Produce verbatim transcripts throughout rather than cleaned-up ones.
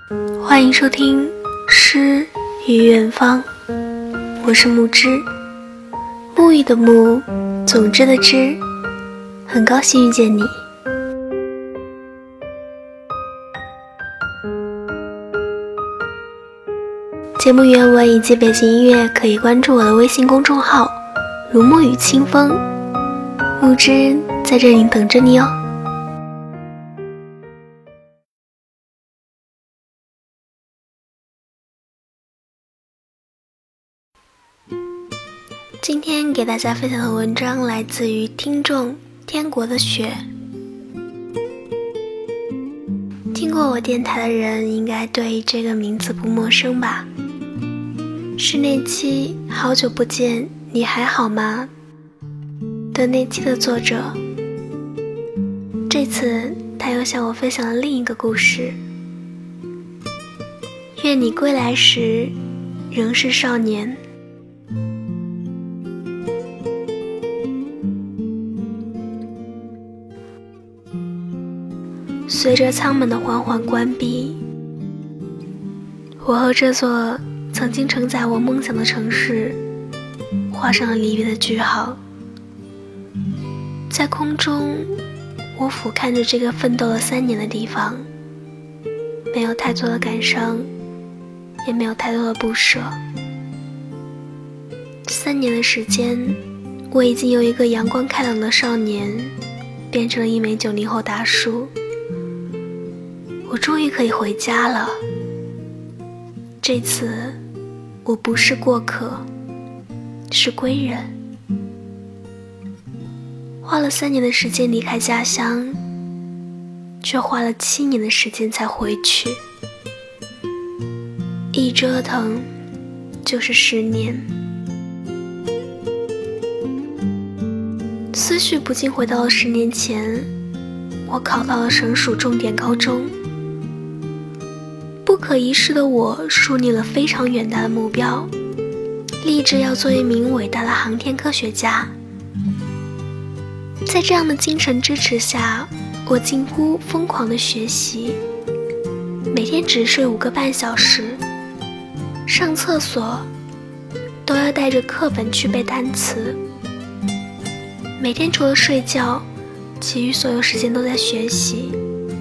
欢迎收听《诗与远方》，我是木之，沐浴的沐，总之的之，很高兴遇见你。节目原文以及背景音乐可以关注我的微信公众号如沐与清风，木之在这里等着你哦。今天给大家分享的文章来自于听众天国的雪。听过我电台的人应该对这个名字不陌生吧，是那期好久不见你还好吗的那期的作者。这次他又向我分享了另一个故事，愿你归来时仍是少年。随着舱门的缓缓关闭，我和这座曾经承载我梦想的城市画上了离别的句号。在空中，我俯瞰着这个奋斗了三年的地方，没有太多的感伤，也没有太多的不舍。三年的时间，我已经由一个阳光开朗的少年变成了一枚九零后大叔。我终于可以回家了。这次我不是过客，是归人。花了三年的时间离开家乡，却花了七年的时间才回去。一折腾就是十年。思绪不禁回到了十年前，我考到了省属重点高中。不可一世的我树立了非常远大的目标，立志要做一名伟大的航天科学家。在这样的精神支持下，我近乎疯狂的学习，每天只睡五个半小时，上厕所都要带着课本去背单词，每天除了睡觉，其余所有时间都在学习。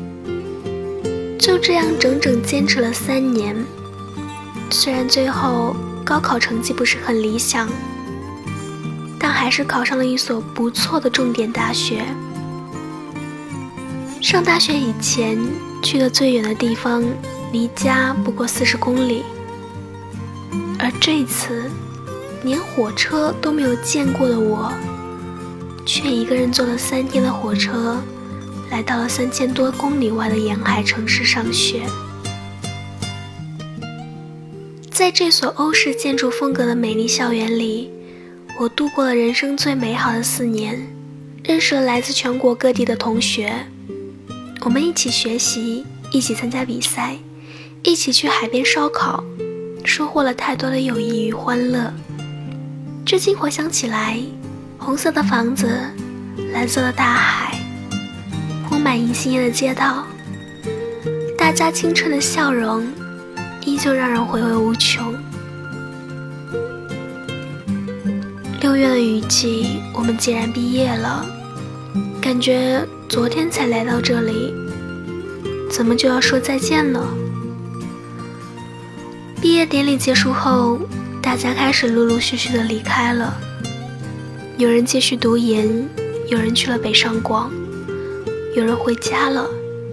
就这样整整坚持了三年，虽然最后高考成绩不是很理想，但还是考上了一所不错的重点大学。上大学以前去的最远的地方离家不过四十公里，而这次连火车都没有见过的我，却一个人坐了三天的火车来到了三千多公里外的沿海城市上学。在这所欧式建筑风格的美丽校园里，我度过了人生最美好的四年，认识了来自全国各地的同学。我们一起学习，一起参加比赛，一起去海边烧烤，收获了太多的友谊与欢乐。至今回想起来，红色的房子，蓝色的大海，铺满银杏叶的街道，大家青春的笑容依旧让人回味无穷。六月的雨季，我们既然毕业了，感觉昨天才来到这里，怎么就要说再见了？毕业典礼结束后，大家开始陆陆续续的离开了，有人继续读研，有人去了北上广，有人回家了。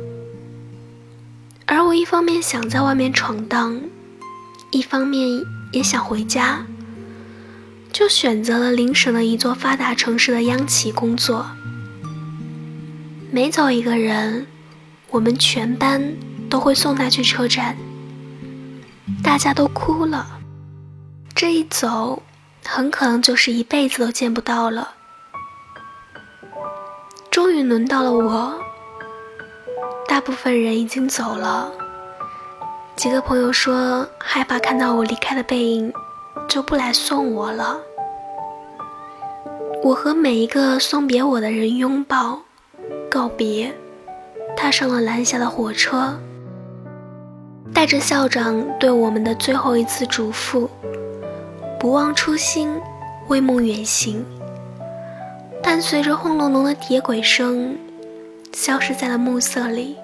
而我一方面想在外面闯荡，一方面也想回家，就选择了邻省的一座发达城市的央企工作。每走一个人，我们全班都会送他去车站，大家都哭了。这一走，很可能就是一辈子都见不到了。终于轮到了我，大部分人已经走了。几个朋友说害怕看到我离开的背影，就不来送我了。我和每一个送别我的人拥抱告别，踏上了南下的火车。 带着校长对我们的最后一次嘱咐，不忘初心，为梦远行。但随着轰隆隆的铁轨声，消失在了暮色里。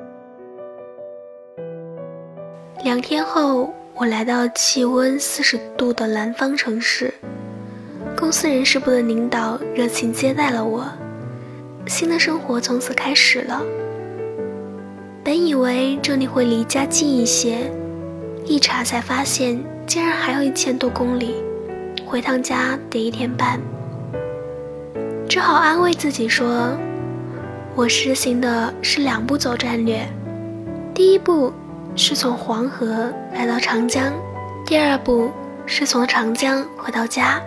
两天后，我来到气温四十度的南方城市，公司人事部的领导热情接待了我，新的生活从此开始了。本以为这里会离家近一些，一查才发现竟然还有一千多公里，回趟家得一天半。只好安慰自己说，我实行的是两步走战略，第一步是从黄河来到长江，第二步是从长江回到家。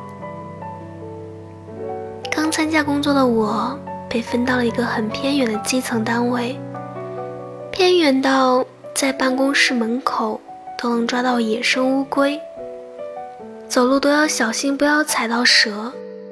刚参加工作的我被分到了一个很偏远的基层单位，偏远到在办公室门口都能抓到野生乌龟，走路都要小心不要踩到蛇。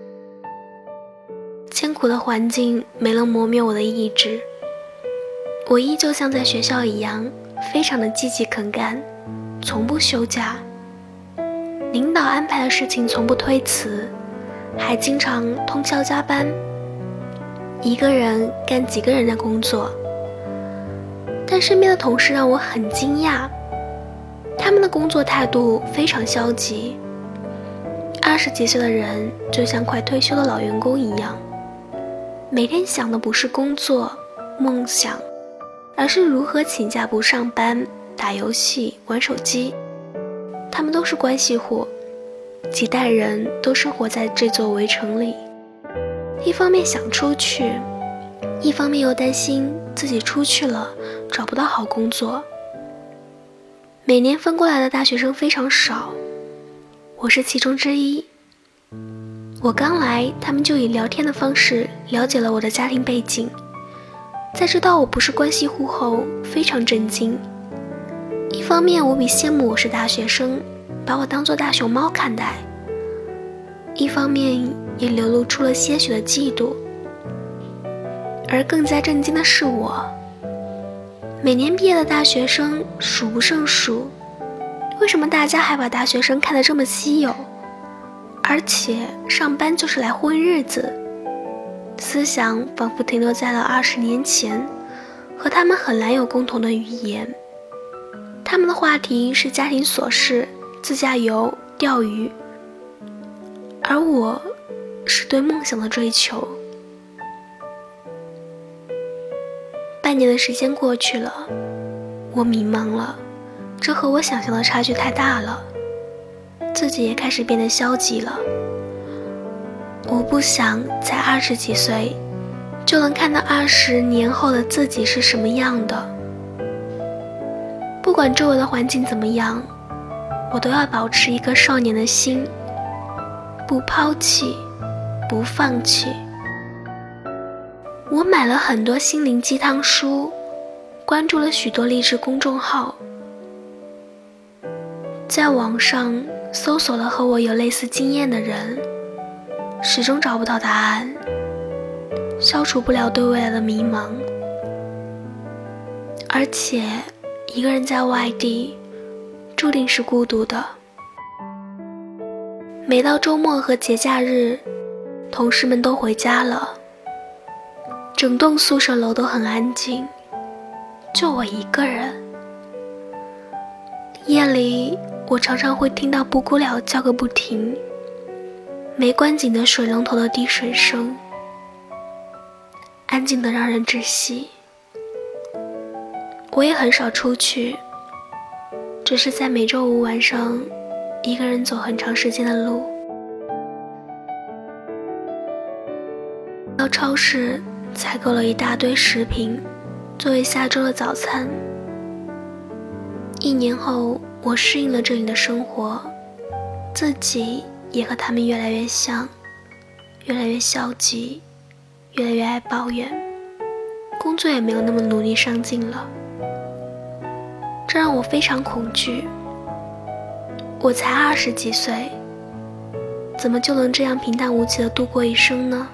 艰苦的环境没能磨灭我的意志，我依旧像在学校一样，非常的积极肯干，从不休假。领导安排的事情从不推辞，还经常通宵加班，一个人干几个人的工作。但身边的同事让我很惊讶，他们的工作态度非常消极，二十几岁的人就像快退休的老员工一样，每天想的不是工作梦想，而是如何请假不上班，打游戏玩手机。他们都是关系户，几代人都生活在这座围城里，一方面想出去，一方面又担心自己出去了找不到好工作。每年分过来的大学生非常少，我是其中之一。我刚来，他们就以聊天的方式了解了我的家庭背景，在知道我不是关系户后非常震惊。一方面无比羡慕我是大学生，把我当作大熊猫看待，一方面也流露出了些许的嫉妒。而更加震惊的是我，每年毕业的大学生数不胜数，为什么大家还把大学生看得这么稀有？而且上班就是来混日子，思想仿佛停留在了二十年前，和他们很难有共同的语言。他们的话题是家庭琐事、自驾游、钓鱼，而我是对梦想的追求。半年的时间过去了，我迷茫了，这和我想象的差距太大了，自己也开始变得消极了。我不想在二十几岁就能看到二十年后的自己是什么样的。不管周围的环境怎么样，我都要保持一个少年的心，不抛弃，不放弃。我买了很多心灵鸡汤书，关注了许多励志公众号，在网上搜索了和我有类似经验的人，始终找不到答案，消除不了对未来的迷茫。而且一个人在外地注定是孤独的。每到周末和节假日，同事们都回家了，整栋宿舍楼都很安静，就我一个人。夜里我常常会听到布谷鸟叫个不停，没关紧的水龙头的滴水声，安静得让人窒息。我也很少出去，只是在每周五晚上一个人走很长时间的路。到超市采购了一大堆食品作为下周的早餐。一年后，我适应了这里的生活，自己也和他们越来越像，越来越消极，越来越爱抱怨，工作也没有那么努力上进了。这让我非常恐惧。我才二十几岁，怎么就能这样平淡无奇地度过一生呢？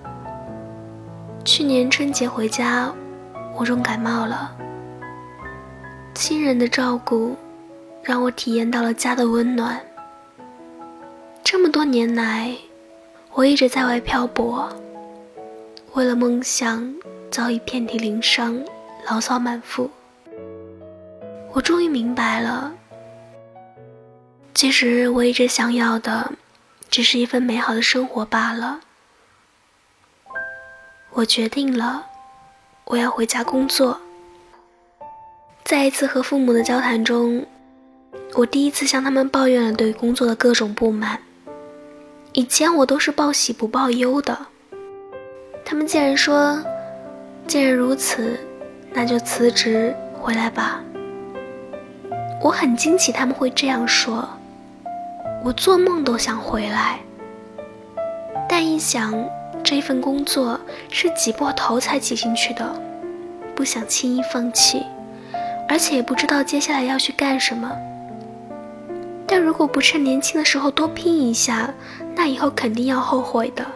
去年春节回家，我重感冒了， 亲人的照顾让我体验到了家的温暖。这么多年来，我一直在外漂泊，为了梦想早已遍体鳞伤，牢骚满腹。我终于明白了，其实我一直想要的只是一份美好的生活罢了。我决定了，我要回家工作。在一次和父母的交谈中，我第一次向他们抱怨了对工作的各种不满。以前我都是报喜不报忧的，他们竟然说，既然如此，那就辞职回来吧。我很惊奇他们会这样说，我做梦都想回来。但一想，这份工作是挤破头才挤进去的，不想轻易放弃，而且也不知道接下来要去干什么。但如果不趁年轻的时候多拼一下，那以后肯定要后悔的。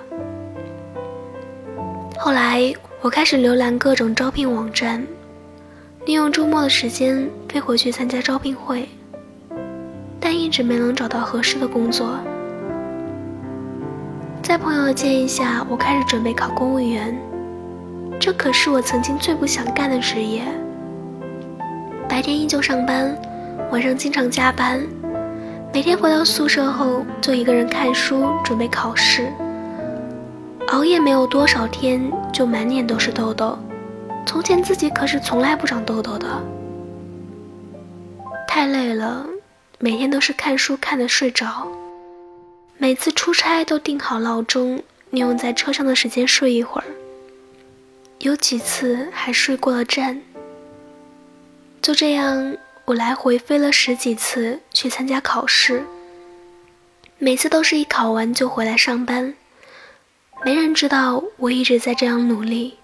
后来我开始浏览各种招聘网站，利用周末的时间飞回去参加招聘会，但一直没能找到合适的工作。在朋友的建议下，我开始准备考公务员，这可是我曾经最不想干的职业。白天依旧上班，晚上经常加班，每天回到宿舍后就一个人看书准备考试，熬夜没有多少天就满脸都是痘痘，从前自己可是从来不长痘痘的。太累了，每天都是看书看得睡着，每次出差都定好闹钟，利用在车上的时间睡一会儿，有几次还睡过了站。就这样，我来回飞了十几次去参加考试，每次都是一考完就回来上班，没人知道我一直在这样努力。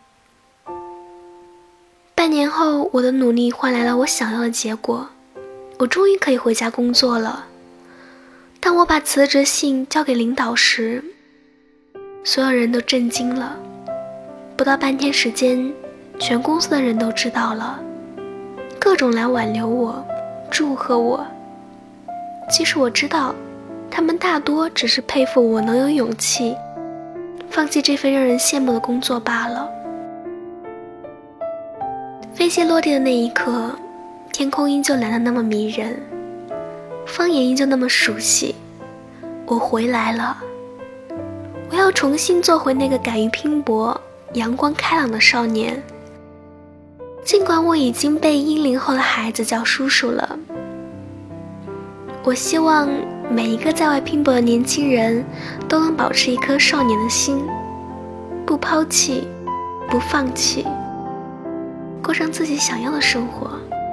半年后，我的努力换来了我想要的结果，我终于可以回家工作了。当我把辞职信交给领导时，所有人都震惊了。不到半天时间，全公司的人都知道了，各种来挽留我，祝贺我。其实我知道，他们大多只是佩服我能有勇气放弃这份让人羡慕的工作罢了。飞机落地的那一刻，天空依旧蓝得那么迷人，方言依旧那么熟悉。我回来了，我要重新做回那个敢于拼搏、阳光开朗的少年。尽管我已经被一零后的孩子叫叔叔了，我希望每一个在外拼搏的年轻人都能保持一颗少年的心，不抛弃，不放弃，过上自己想要的生活。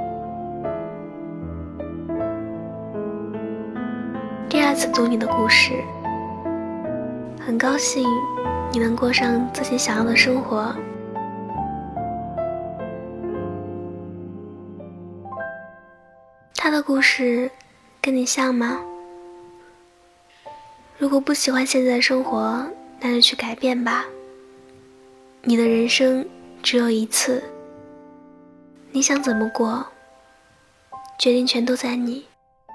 第二次读你的故事，很高兴你能过上自己想要的生活。他的故事跟你像吗？如果不喜欢现在的生活，那就去改变吧。你的人生只有一次，你想怎么过，决定权都在你。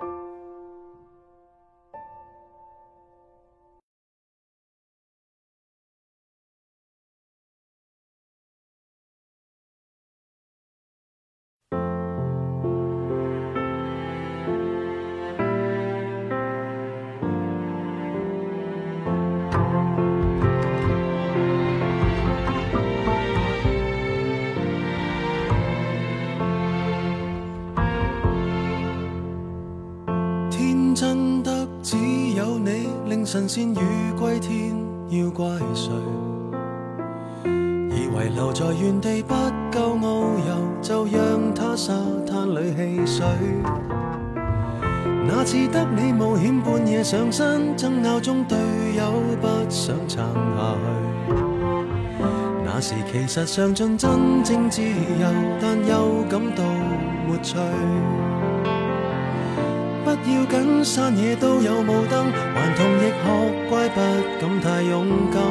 真得只有你，令神仙魚歸天，要怪誰？以為留在原地不夠遨遊，就讓他沙灘裏戲水。那次得你冒險半夜上山，爭拗中隊友不想撐下去。那時其實嘗盡真正自由，但又感到沒趣。不要緊，山野都有霧燈，頑童亦學乖，不敢太勇敢。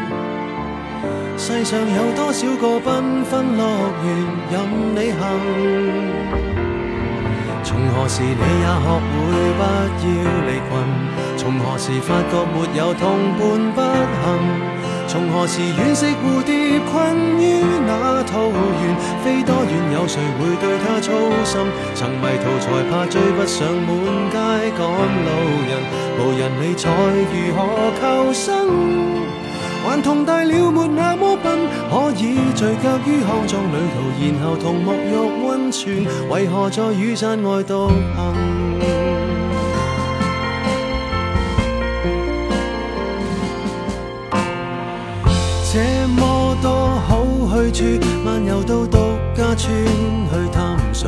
世上有多少個繽紛樂園任你行？ 從何時你也學會不要離群？從何時發覺沒有同伴不行？從何時惋惜蝴蝶困於那桃源？飛多遠有誰會對它操心？曾迷途才怕追不上滿街趕路人，無人理睬如何求生？還同大了沒那麼笨，可以聚腳於康莊旅途，然後同沐浴溫泉，為何在雨傘外獨行？這麼多好去處，漫遊到獨家村去探誰？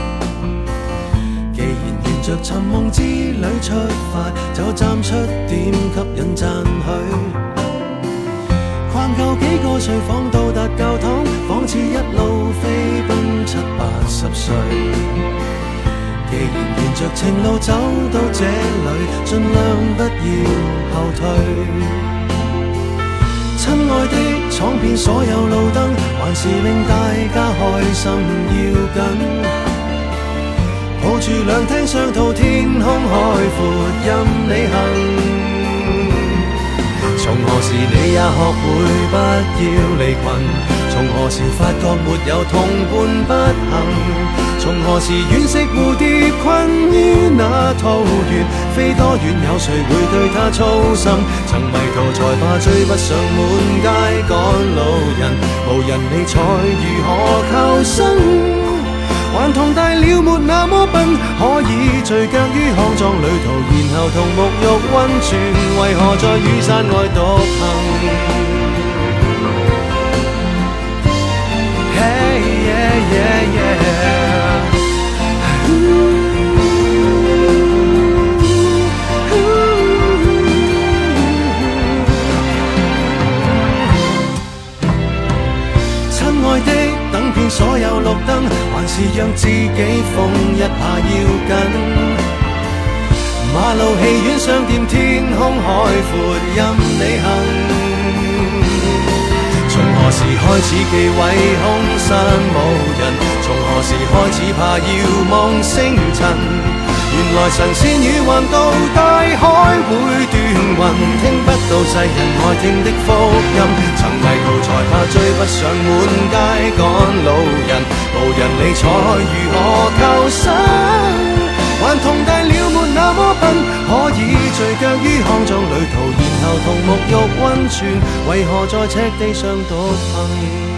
既然沿着尋夢之旅出發，就站出點吸引讚許。逛夠幾個睡房到達教堂，仿似一路飛奔七八十歲。既然沿着情路走到這裏，盡量不要後退。親愛的，闖遍所有路燈，還是令大家開心要緊。抱住兩廳雙套，天空海闊任你行。從何時你也學會不要離群？從何時發覺沒有同伴不行？從何時惋惜蝴蝶困於那桃源？飛多遠有誰會對它操心？曾迷途才怕追不上滿街趕路人，無人理睬如何求生？還同大了沒那麼笨，可以聚腳於康莊旅途，然後同沐浴溫泉，為何在雨傘外獨行？ Hey, yeah, yeah, yeah. 親愛的，等遍所有綠燈，還是讓自己瘋一下要緊。馬路、戲院、商店、天空海闊任你行。從何時開始忌諱空山無人？從何時開始怕遙望星塵？原來神仙魚橫渡大海會斷魂，聽不到世人愛聽的福音。曾迷途才怕追不上滿街趕路人，無人理睬如何求生？還同大了沒那麼笨，可以聚腳於康莊旅途，然後同沐浴溫泉，為何在赤地上獨行？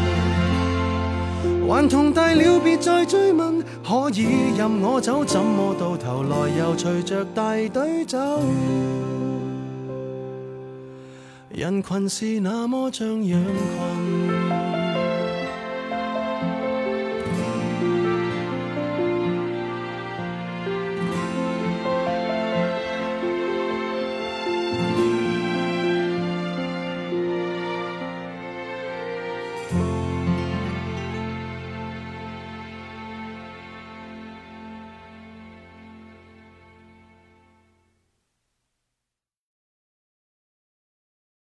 還同大了別再追問，可以任我走，怎麼到頭來又隨着大隊走？人群是那麼像羊群。